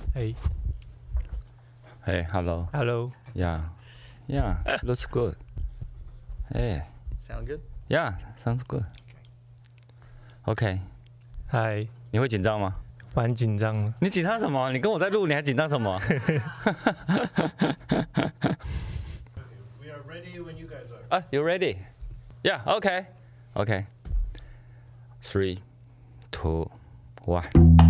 Hey. Hey, hello. Hello. Yeah. Yeah, looks good. Hey. Sound good? Yeah, sounds good. OK. Hi. 你会紧张吗？ 蛮紧张的。 你紧张什么？你跟我在录，你还紧张什么 We are ready when you guys are. You ready? Yeah, OK. OK. 3, 2, 1.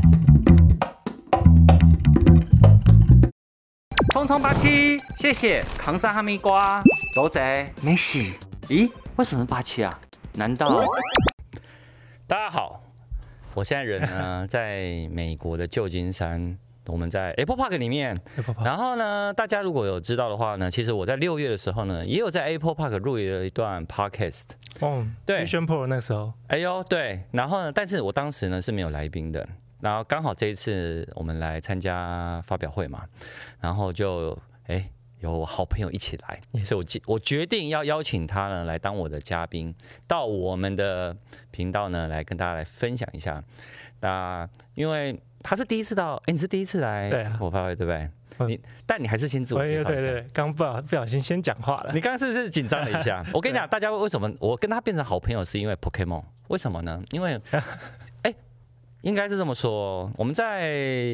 匆匆87，谢谢扛上哈密瓜，多谢梅西。咦，为什么是87啊？难道？ 大家好，我现在人呢在美国的旧金山，我们在 Apple Park 里面。然后呢，大家如果有知道的话呢，其实我在6月的时候呢，也有在 Apple Park 录了一段 Podcast。 哦， 对 Vision Pro 那时候。 哎呦，对。然后呢，但是我当时呢是没有来宾的。然后刚好这一次我们来参加发表会嘛，然后就有好朋友一起来，所以我决定要邀请他呢来当我的嘉宾，到我们的频道呢来跟大家来分享一下。因为他是第一次到，你是第一次来我发会对不对？但你还是先自我介绍一下。 对，刚不小心先讲话了。 你刚刚是不是紧张了一下？我跟你讲，大家为什么我跟他变成好朋友，是因为 Pokémon。为什么呢？因为应该是这么说，我们在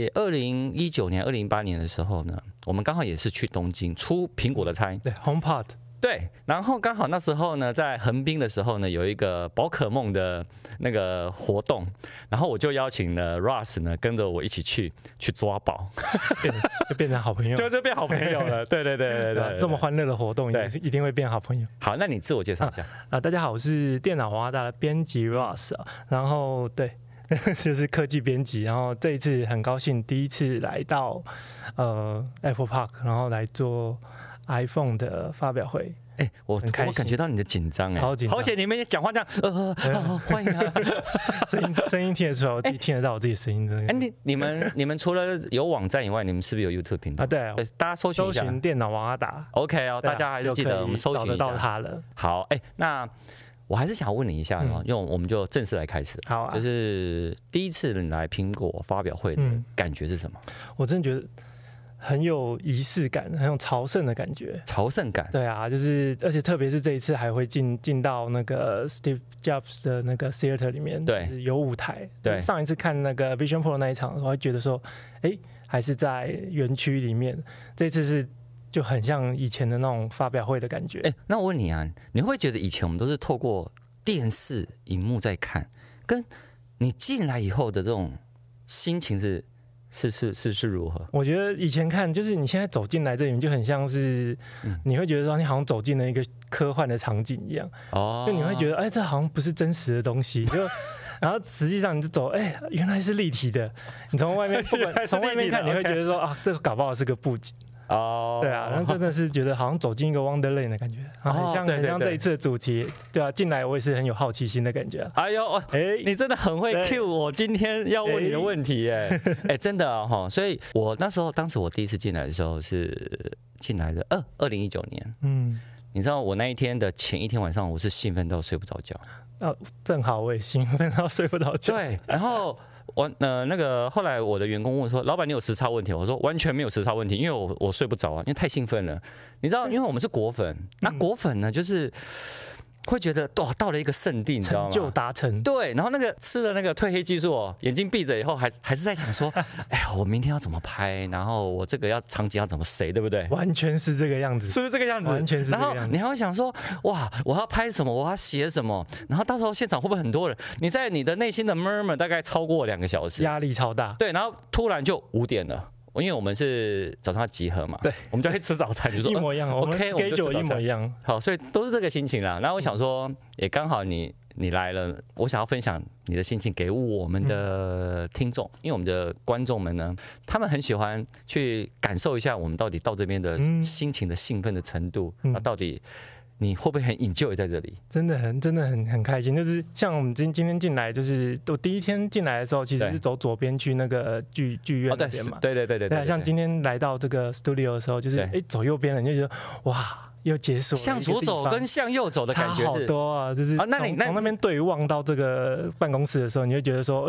2019年、2018年的时候呢，我们刚好也是去东京出苹果的差， 对 HomePod， 对，然后刚好那时候呢，在横滨的时候呢，有一个宝可梦的那个活动，然后我就邀请了 Ross 呢跟着我一起去抓宝， 就变成好朋友， 就变好朋友了，对， 这么欢乐的活动也是一定会变好朋友。 好，那你自我介绍一下大家好，我是电脑娃娃大的编辑 Ross， 然后对。就是科技编辑，然后这一次很高兴第一次来到Apple Park， 然后来做 iPhone 的发表会。 我感觉到你的紧张超紧张， 好险你们讲话这样，欢迎啊， 声音听得出来，我自己听得到我自己的声音。 你们除了有网站以外，你们是不是有 YouTube 频道？ 对， 大家搜寻一下， 搜寻电脑娃娃达 OK 哦，大家还是记得我们搜寻一下， 找得到它了。 好，那我还是想问你一下因为我们就正式来开始。 好啊， 就是第一次你来苹果发表会的感觉是什么？ 我真的觉得很有仪式感，很有朝圣的感觉。 朝圣感？对啊，就是而且特别是这一次还会进到那个 Steve Jobs 的那个 theater 里面， 对， 就是有舞台。 对， 上一次看那个 Vision Pro 那一场，我会觉得说，还是在园区里面。这次是。就很像以前的那种发表会的感觉。 那我问你啊，你会不会觉得以前我们都是透过电视荧幕在看，跟你进来以后的这种心情是如何？ 我觉得以前看，就是你现在走进来这里面，就很像是，你会觉得说你好像走进了一个科幻的场景一样。就你会觉得，这好像不是真实的东西。就然后实际上你就走，原来是立体的。你从外面不管从外面看，你会觉得说这个搞不好是个布景。对啊，然后真的是觉得好像走进一个 Wonderland 的感觉，很像这一次的主题，对啊，进来我也是很有好奇心的感觉。 你真的很会 cue 我今天要问你的问题真的所以我当时我第一次进来的时候是进来的2019年，你知道我那一天的前一天晚上我是兴奋到睡不着觉， 正好我也兴奋到睡不着觉， 对，然后。那个后来我的员工问说：“老板，你有时差问题？”我说：“完全没有时差问题，因为我睡不着啊，因为太兴奋了。你知道，因为我们是果粉，那果粉呢，就是会觉得到了一个圣地，你知道吗？ 成就达成。 对，然后那个吃了那个褪黑激素眼睛闭着以后还是在想说，我明天要怎么拍，然后我这个场景要怎么塞，对不对？ 完全是这个样子， 是不是这个样子？ 完全是这个样子。 然后你还会想说，哇，我要拍什么？我要写什么？然后到时候现场会不会很多人？你在你的内心的 murmur 大概超过2个小时， 压力超大。 对，然后突然就5点了。因为我们是早上集合嘛， 对， 我们就会吃早餐，就说一模一样，OK， 我们 schedule 一模一样。 好，所以都是这个心情啦。然后我想说，也刚好你来了，我想要分享你的心情给我们的听众，因为我们的观众们呢，他们很喜欢去感受一下我们到底到这边的心情的兴奋的程度，到底。你会不会很 enjoy 在这里？ 真的很开心。就是像我们今天进来，就是我第一天进来的时候，其实是走左边去那个剧院那边嘛。 对。 像今天来到这个 studio 的时候，就是走右边了，你就觉得哇，又解锁了向左走跟向右走的感觉差好多啊！就是从那边对望到这个办公室的时候，你会觉得说，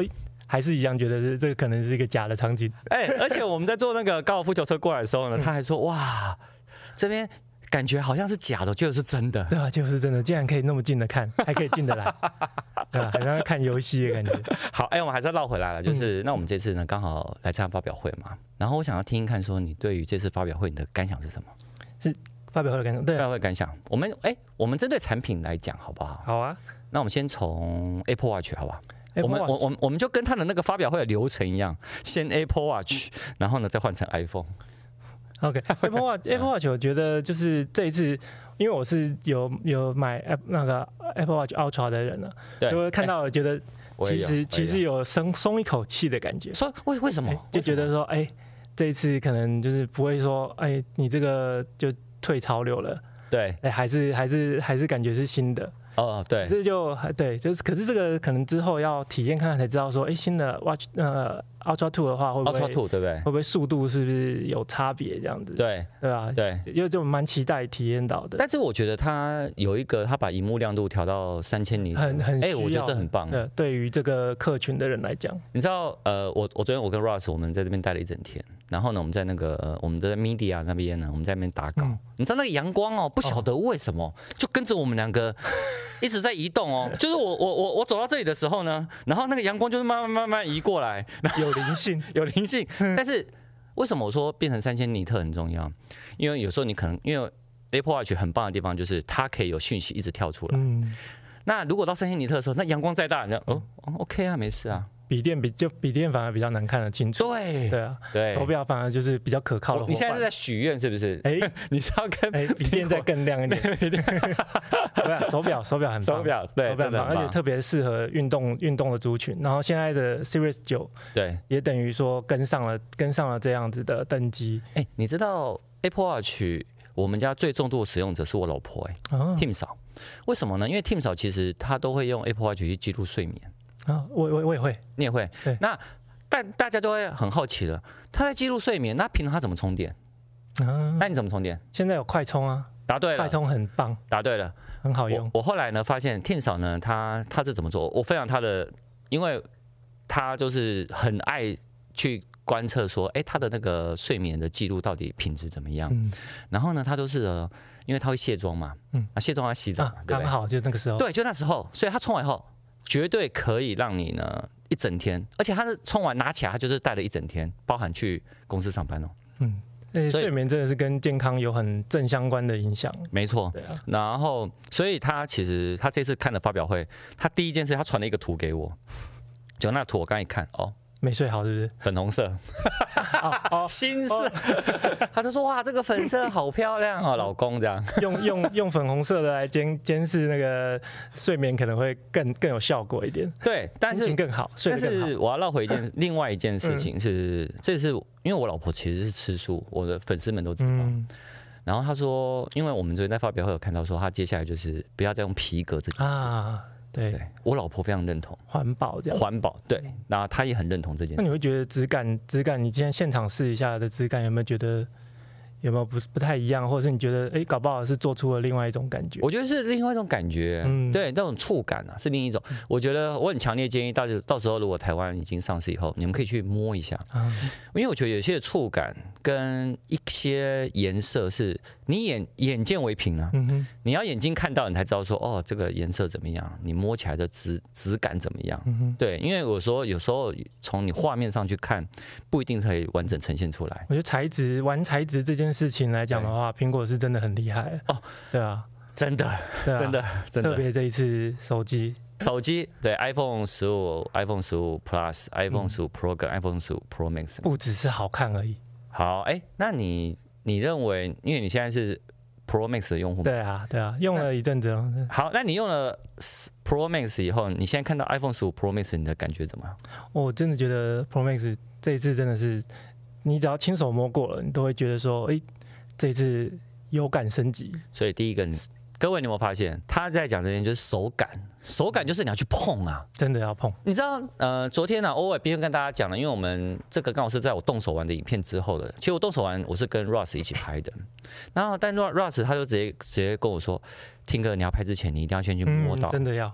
还是一样觉得这个可能是一个假的场景。 而且我们在坐那个高尔夫球车过来的时候呢，他还说哇，这边感觉好像是假的，就是真的。 对啊，就是真的，竟然可以那么近的看，还可以进得来，对啊，好像看游戏的感觉。 好，我们还是要绕回来了，就是那我们这次呢刚好来参加发表会嘛，然后我想要听听看，说你对于这次发表会你的感想是什么？ 是发表会的感想，对， 发表会感想。我们针对产品来讲好不好？ 好啊。 那我们先从 Apple Watch 好不好？我们就跟他的那个发表会的流程一样，先 Apple Watch， 然后呢再换成 iPhone。OK，Apple Watch 我觉得就是这一次，因为我是有买那个 Apple Watch Ultra 的人了，对，就会看到觉得其实有松一口气的感觉。 说为什么？ 就觉得说，这一次可能就是不会说，你这个就退潮流了， 对， 还是感觉是新的。 对， 这就对，就是可是这个可能之后要体验看看才知道说，新的 Watch Ultra 2的话会不会 Ultra 2对不对？ 会不会速度是不是有差别这样子？ 对啊， 对， 就蛮期待体验到的。 但是我觉得它有一个，它把萤幕亮度调到3000尼特，我觉得这很棒。 对于这个客群的人来讲， 你知道我昨天我跟 Ross 我们在这边待了一整天。然后呢，我们在那个我们的 media 那边呢，我们在那边打稿。你知道那个阳光不晓得为什么就跟着我们两个一直在移动就是我走到这里的时候呢，然后那个阳光就是慢慢移过来， 有灵性， 有灵性。但是为什么我说变成3000尼特很重要？因为有时候你可能因为 Apple Watch 很棒的地方就是它可以有讯息一直跳出来。那如果到3000尼特的时候，那阳光再大，你就OK 啊，没事啊。笔电反而比较难看得清楚。 对啊，手表反而就是比较可靠的伙伴。 你现在是在许愿是不是？你是要跟笔电再更亮一点？手表很棒， 手表很棒， 而且特别适合运动的族群。然后现在的 Series 9， 对， 也等于说跟上了这样子的登机。 你知道 Apple Watch 我们家最重度的使用者是我老婆Tim 嫂。为什么呢？因为 Tim 嫂其实她都会用 Apple Watch 去记录睡眠。 我也会， 你也会。 对， 那但大家都会很好奇了，他在记录睡眠，那平常他怎么充电？那你怎么充电？ 现在有快充啊， 答对了， 快充很棒， 答对了， 很好用。 我后来呢发现 Tim 嫂呢，他是怎么做？我分享他的，因为他就是很爱去观测说，他的那个睡眠的记录到底品质怎么样？然后呢，他都是因为他会卸妆嘛，卸妆要洗澡， 刚好就那个时候， 对，就那时候，所以他充完以后。绝对可以让你呢一整天，而且他是充完拿起来，他就是带了一整天，包含去公司上班睡眠真的是跟健康有很正相关的影响。 没错，对啊。然后，所以他其实他这次看了发表会，他第一件事他传了一个图给我，就那图我刚一看没睡好是不是？ 粉红色，新色，他就说哇，这个粉色好漂亮老公这样用粉红色的来监视那个睡眠，可能会更有效果一点。 对，但是更好，睡得更好。 但是我要绕回另外一件事情是，这是因为我老婆其实是吃素，我的粉丝们都知道。然后他说，因为我们昨天在发表会有看到说，他接下来就是不要再用皮革这件事对，我老婆非常认同环保这样。 环保对，然后她也很认同这件事。 那你会觉得质感，你今天现场试一下的质感，有没有觉得有没有不太一样，或者是你觉得搞不好是做出了另外一种感觉？ 我觉得是另外一种感觉，对，那种触感是另一种。我觉得我很强烈建议到时候如果台湾已经上市以后，你们可以去摸一下，因为我觉得有些触感跟一些颜色是你眼见为凭你要眼睛看到你才知道说这个颜色怎么样，你摸起来的质感怎么样，对，因为有时候从你画面上去看，不一定可以完整呈现出来。 我觉得玩材质这件事情来讲的话，苹果是真的很厉害对啊， 真的， 特别这一次手机对 iPhone 15、iPhone 15 Plus、iPhone 15 Pro 跟 iPhone 15 Pro Max 不只是好看而已。 好，那你认为，因为你现在是 Pro Max 的用户吗？ 对啊，用了一阵子了。 好，那你用了 Pro Max 以后，你现在看到 iPhone 15 Pro Max， 你的感觉怎么样？ 我真的觉得 Pro Max 这一次真的是，你只要亲手摸过了，你都会觉得说，这一次有感升级。 所以第一个，各位你有没有发现，他在讲这件就是手感就是你要去碰真的要碰。 你知道，昨天偶尔边跟大家讲了，因为我们这个刚好是在我动手玩的影片之后的。其实我动手玩，我是跟 Ross 一起拍的，然后但 Ross 他就直接跟我说，听哥你要拍之前，你一定要先去摸到， 真的要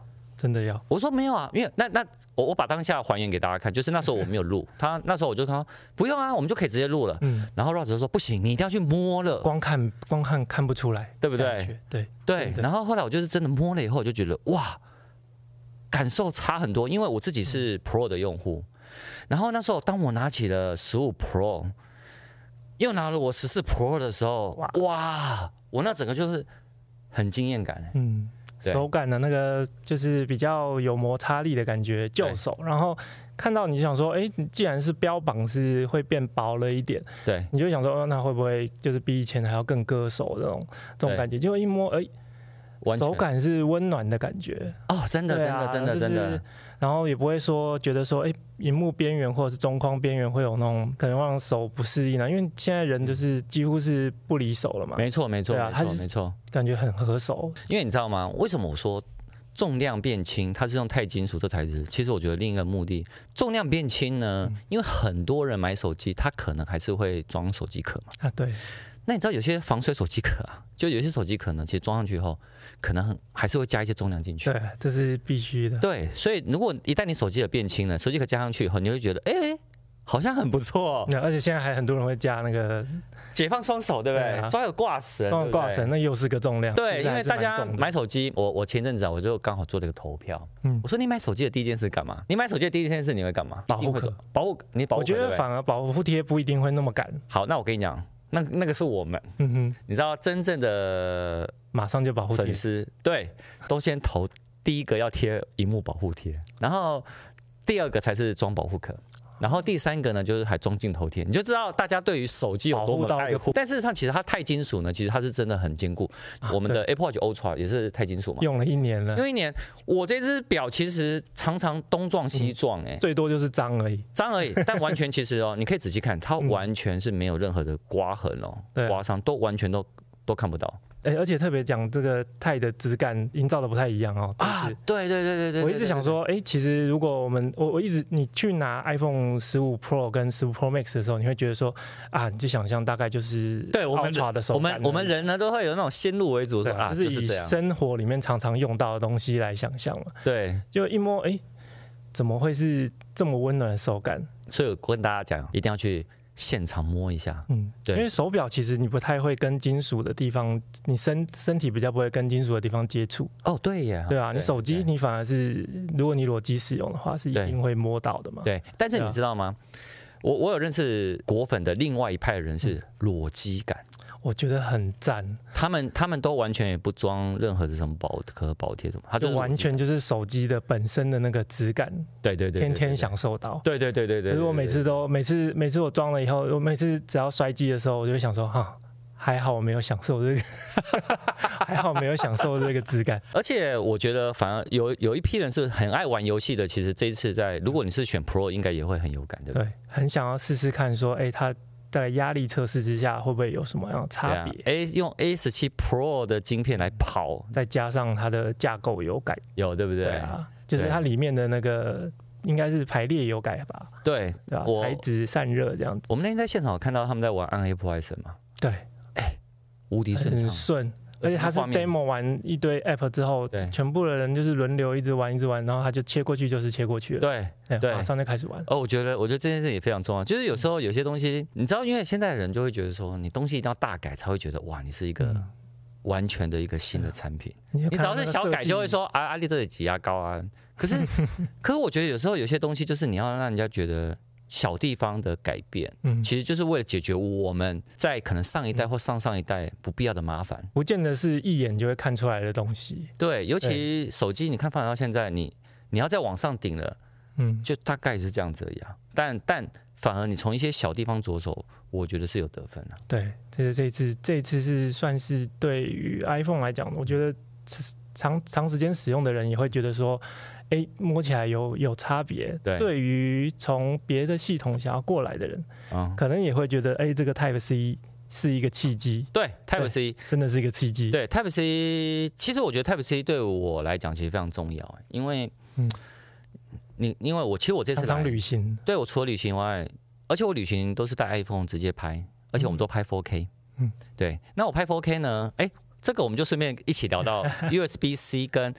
真的要。 我说没有啊，因为那我把当下还原给大家看，就是那时候我没有录，他那时候我就说不用啊，我们就可以直接录了。然后 Rod 就说不行，你一定要去摸了， 光看看不出来， 对不对？ 对。 然后后来我就是真的摸了以后，我就觉得哇，感受差很多，因为我自己是 Pro 的用户。然后那时候当我拿起了15 Pro， 又拿了我14 Pro 的时候，哇，我那整个就是很惊艳感。 手感的那个就是比较有摩擦力的感觉，就手。然后看到你就想说，哎，既然是标榜是会变薄了一点， 对， 你就会想说，那会不会就是比以前还要更割手这种感觉？结果一摸，哎，手感是温暖的感觉。 哦，真的。 然后也不会说觉得说，哎，萤幕边缘或者是中框边缘会有那种可能让手不适应啊，因为现在人就是几乎是不离手了嘛。 没错，没错， 感觉很合手。 因为你知道吗？为什么我说重量变轻，它是用钛金属这材质？其实我觉得另一个目的，重量变轻呢，因为很多人买手机，他可能还是会装手机壳嘛。 啊，对。 那你知道有些防水手机壳啊，就有些手机壳呢，其实装上去以后，可能还是会加一些重量进去。 对，这是必须的。 对，所以如果一旦你手机壳变轻了，手机壳加上去以后，你会觉得，哎，好像很不错。 而且现在还很多人会加那个解放双手，对不对？装有挂绳， 那又是个重量。 对，因为大家买手机，我前阵子我就刚好做了一个投票。我说你买手机的第一件事干嘛？你买手机的第一件事你会干嘛？ 保护壳。我觉得反而保护贴不一定会那么赶。 好，那我跟你讲。那个是我们，你知道真正的马上就保护贴粉丝，对，都先投第一个要贴萤幕保护贴，然后第二个才是装保护壳，然后第三个呢就是还装镜头贴，你就知道大大家对于手机有多么爱护。但事实上，其实它钛金属呢，其实它是真的很坚固。我们的 Apple Watch Ultra 也是钛金属嘛， 用了1年了。 用1年，我这只表其实常常东撞西撞， 最多就是脏而已， 但完全其实哦，你可以仔细看，它完全是没有任何的刮痕哦，刮伤都完全都看不到。 而且特别讲这个钛的质感营造的不太一样哦。 对，我一直想说，其实如果我一直你去拿 iPhone 15 Pro 跟15 Pro Max 的时候，你会觉得说你就想象大概就是对我们的手感。 我们人呢都会有那种先入为主， 就是以生活里面常常用到的东西来想象嘛。 对， 就一摸，怎么会是这么温暖的手感？ 所以我跟大家讲，一定要去现场摸一下， 对，因为手表其实你不太会跟金属的地方，你身体比较不会跟金属的地方接触。 哦，对呀， 对啊，你手机你反而是，如果你裸机使用的话，是一定会摸到的嘛。 对，但是你知道吗？我有认识果粉的另外一派人是裸机感。 我觉得很赞， 他们都完全也不装任何的什么保壳、保贴什么，他就完全就是手机的本身的那个质感， 对， 天天享受到， 对。可是我每次我装了以后，我每次只要摔机的时候，我就会想说还好我没有享受这个，还好没有享受这个质感。 而且我觉得反而有一批人是很爱玩游戏的，其实这一次如果你是选 Pro， 应该也会很有感的， 对，很想要试试看说，它在压力测试之下会不会有什么样的差别？ 用 A17 Pro 的晶片来跑， 再加上它的架构有改， 有对不对？ 对啊，就是它里面的那个应该是排列有改吧？ 对啊，材质散热这样子。 我们那天在现场有看到他们在玩《暗黑破坏神》嘛？ 对， 无敌顺畅， 很顺。而且他是 demo 完一堆 app 之后，全部的人就是轮流一直玩，然后他就切过去就是切过去了，对，马上就开始玩。 我觉得这件事也非常重要，就是有时候有些东西，你知道，因为现在的人就会觉得说，你东西一定要大改才会觉得哇，你是一个完全的一个新的产品。你只要是小改就会说阿力这里挤压高啊，可是我觉得有时候有些东西就是你要让人家觉得。小地方的改变，其实就是为了解决我们在可能上一代或上一代不必要的麻烦， 不见得是一眼就会看出来的东西。 对，尤其手机，你看发展到现在，你要再往上顶了，就大概是这样子而已啊。但反而你从一些小地方着手，我觉得是有得分的。 对，这一次是算是对于 iPhone 来讲，我觉得长时间使用的人也会觉得说。摸起来有差别。对于从别的系统想要过来的人，可能也会觉得，这个 Type C 是一个契机。 对 ，Type C 真的是一个契机。 对 ，Type C， 其实我觉得 Type C 对我来讲其实非常重要，因为，因为其实我这次常旅行， 对我除了旅行外，而且我旅行都是带 iPhone 直接拍，而且我们都拍 4K。对，那我拍 4K 呢，这个我们就顺便一起聊到 USB-C 跟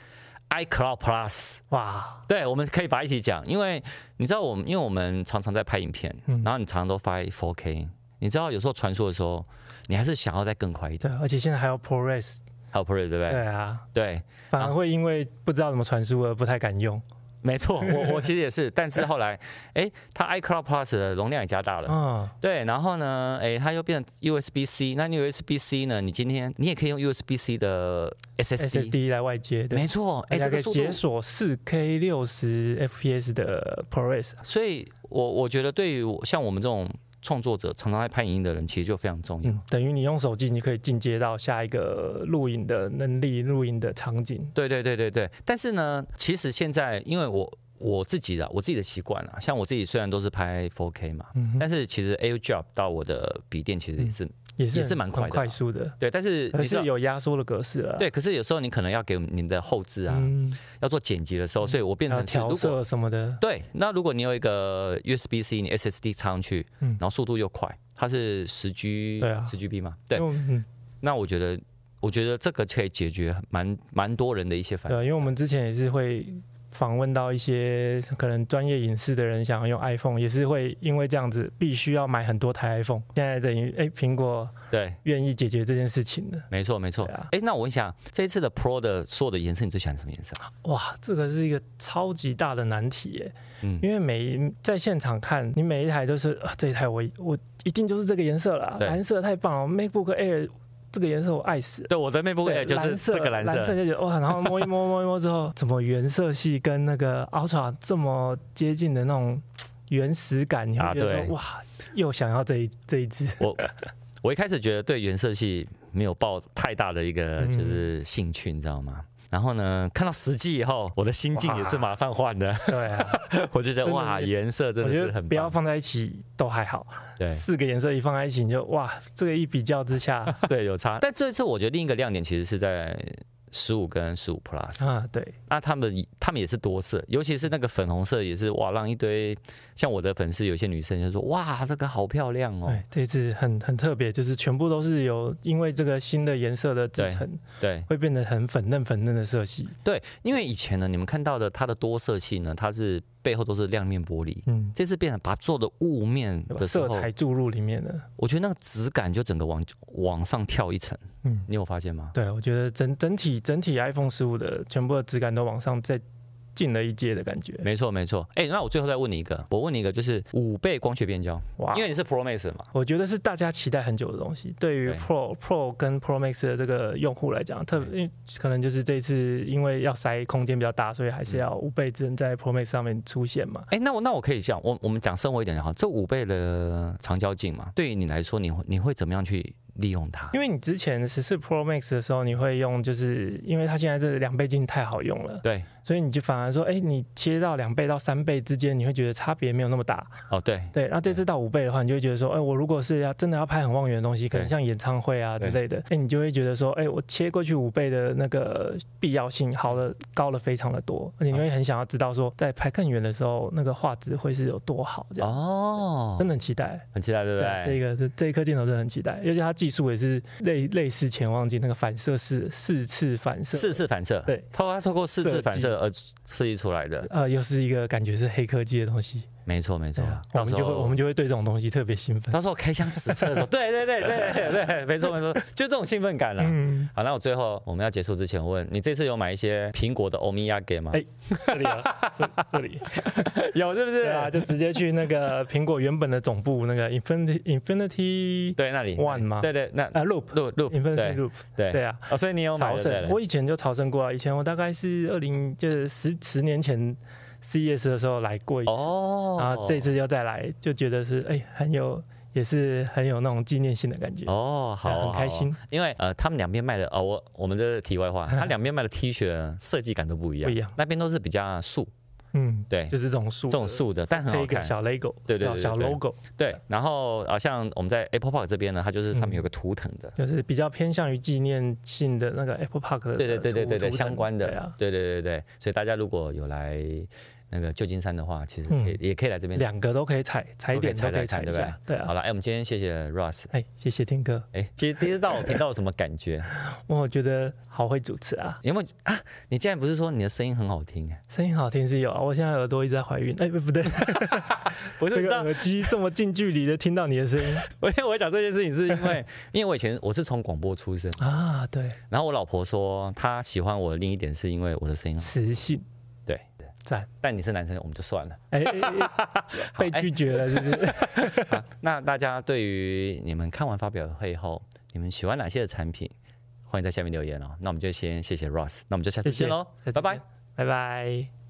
iCloud Plus， 哇， 对，我们可以把它一起讲，因为你知道因为我们常常在拍影片，然后你常常都发 4K， 你知道有时候传输的时候，你还是想要再更快一点。 对，而且现在还有 ProRes， 还有 ProRes 对不对？ 对啊， 对， 反而会因为不知道怎么传输而不太敢用。 没错，我其实也是，但是后来，它 iCloud Plus 的容量也加大了，对，然后呢，它又变成 USB-C， 那 USB-C 呢，你今天你也可以用 USB-C 的 SSD 来外接， 没错，这个速度解锁 4K 60 FPS 的 ProRes， 所以我觉得对于像我们这种创作者常常在拍影音的人，其实就非常重要。 等于你用手机，你可以进阶到下一个录影的能力、录影的场景。 对。但是呢，其实现在因为我自己的习惯啦，像我自己虽然都是拍 4K 嘛，但是其实 AirDrop 到我的笔电其实也是蛮快的， 快速的。 对，但是你是有压缩的格式了。 对，可是有时候你可能要给你的后置啊，要做剪辑的时候，所以我变成调色什么的。 对，那如果你有一个 USB-C， 你 SSD 插上去，然后速度又快，它是10GB 嘛？对，那我觉得这个可以解决蛮多人的一些反应。 对，因为我们之前也是会访问到一些可能专业影视的人想要用 iPhone， 也是会因为这样子必须要买很多台 iPhone。现在等于苹果对愿意解决这件事情的。 没错。那我问一下，这一次的 Pro 的所有的颜色，你最喜欢什么颜色？ 哇，这个是一个超级大的难题耶。因为在现场看，你每一台都是这一台我一定就是这个颜色了，蓝色太棒了 ，MacBook Air。这个颜色我爱死了。 对，我的 MacBook Air 就是这个蓝色就觉得哇，然后摸一摸之后，怎么原色系跟那个 Ultra 这么接近的那种原始感，你会觉得说哇，又想要这一支。 我一开始觉得对原色系没有抱太大的一个就是兴趣，你知道吗？然后呢，看到实际以后，我的心境也是马上换的。 对啊， 我就觉得哇，颜色真的是很棒。 不要放在一起都还好。 对 ，4个颜色一放在一起，你就哇，这个一比较之下， 对，有差。但这次我觉得另一个亮点其实是在15跟15 Plus 啊，对， 那他们也是多色，尤其是那个粉红色也是哇，让一堆像我的粉丝有些女生就说哇，这个好漂亮哦。 对，这次很特别，就是全部都是因为这个新的颜色的制成， 对， 会变得很粉嫩的色系。 对，因为以前呢，你们看到的它的多色系呢，它是背后都是亮面玻璃，这次变成把它做的雾面的时候， 色彩注入里面的， 我觉得那个质感就整个往上跳一层。你有发现吗？ 对，我觉得整体 iPhone 15的全部的质感都往上再进了一阶的感觉。 没错。那我最后再问你一个，就是5倍光学变焦，因为你是 Pro Max 嘛， 我觉得是大家期待很久的东西。对于 Pro 跟 Pro Max 的这个用户来讲，可能就是这一次因为要塞空间比较大，所以还是要5倍只能在 Pro Max 上面出现嘛。 那我可以讲，我们讲生活一点就好，这5倍的长焦镜嘛，对于你来说，你会怎么样去利用它？ 因为你之前14 Pro Max 的时候，你会用，就是因为它现在这2倍镜太好用了， 对， 所以你就反而说，你切到2倍到3倍之间，你会觉得差别没有那么大。 对， 然后这次到5倍的话，你就会觉得说，我如果是真的要拍很望远的东西，可能像演唱会啊之类的，你就会觉得说，我切过去5倍的那个必要性高了非常的多，你会很想要知道说，在拍更远的时候，那个画质会是有多好，这样。真的很期待，对不对？这一颗镜头真的很期待，尤其它技术也是类似潜望镜那个反射是4次反射，对， 它透过4次反射而设计出来的， 又是一个感觉是黑科技的东西。没错，我们就会对这种东西特别兴奋。 到时候开箱实测的时候，对，没错，就这种兴奋感啦。好，那我最后我们要结束之前，我问你，这次有买一些苹果的欧米茄吗？ 这里啊，这里有是不是？ 对啊，就直接去那个苹果原本的总部那个 Infinity 对那里 One 嘛， 对，那 Loop Infinity Loop 对啊， 所以你有买？ 我以前就朝圣过啊，以前我大概是就是10年前。CES 的时候来过一次，然后这次又再来，就觉得是也是很有那种纪念性的感觉。 好， 很开心。 因为他们两边卖的我们这题外话，它两边卖的 T 恤设计感都不一样，那边都是比较素。对， 就是这种素的， 但很好看， 小 LEGO， 对， 小 logo， 对。然后像我们在 Apple Park 这边呢，它就是上面有个图腾的， 就是比较偏向于纪念性的那个 Apple Park 的， 对相关的，对。所以大家如果有来那个旧金山的话，其实也可以来这边， 两个都可以踩一点都可以踩， 对不对？ 对啊。 好了，我们今天谢谢 Ross， 谢谢天哥。 其实第一次到我频道有什么感觉？ 我觉得好会主持啊！ 有没有啊？你竟然不是说你的声音很好听？ 声音好听是有啊，我现在耳朵一直在怀孕。不对， 不是这个耳机这么近距离的听到你的声音。 我讲这件事情是因为我以前我是从广播出身啊，对。 然后我老婆说她喜欢我的另一点是因为我的声音磁性。 对， 赞。 但你是男生，我们就算了。 被拒绝了是不是？ 好，那大家对于你们看完发表会后，你们喜欢哪些的产品？欢迎在下面留言哦。那我们就先谢谢 Ross， 那我们就下次见喽，拜拜， 拜拜。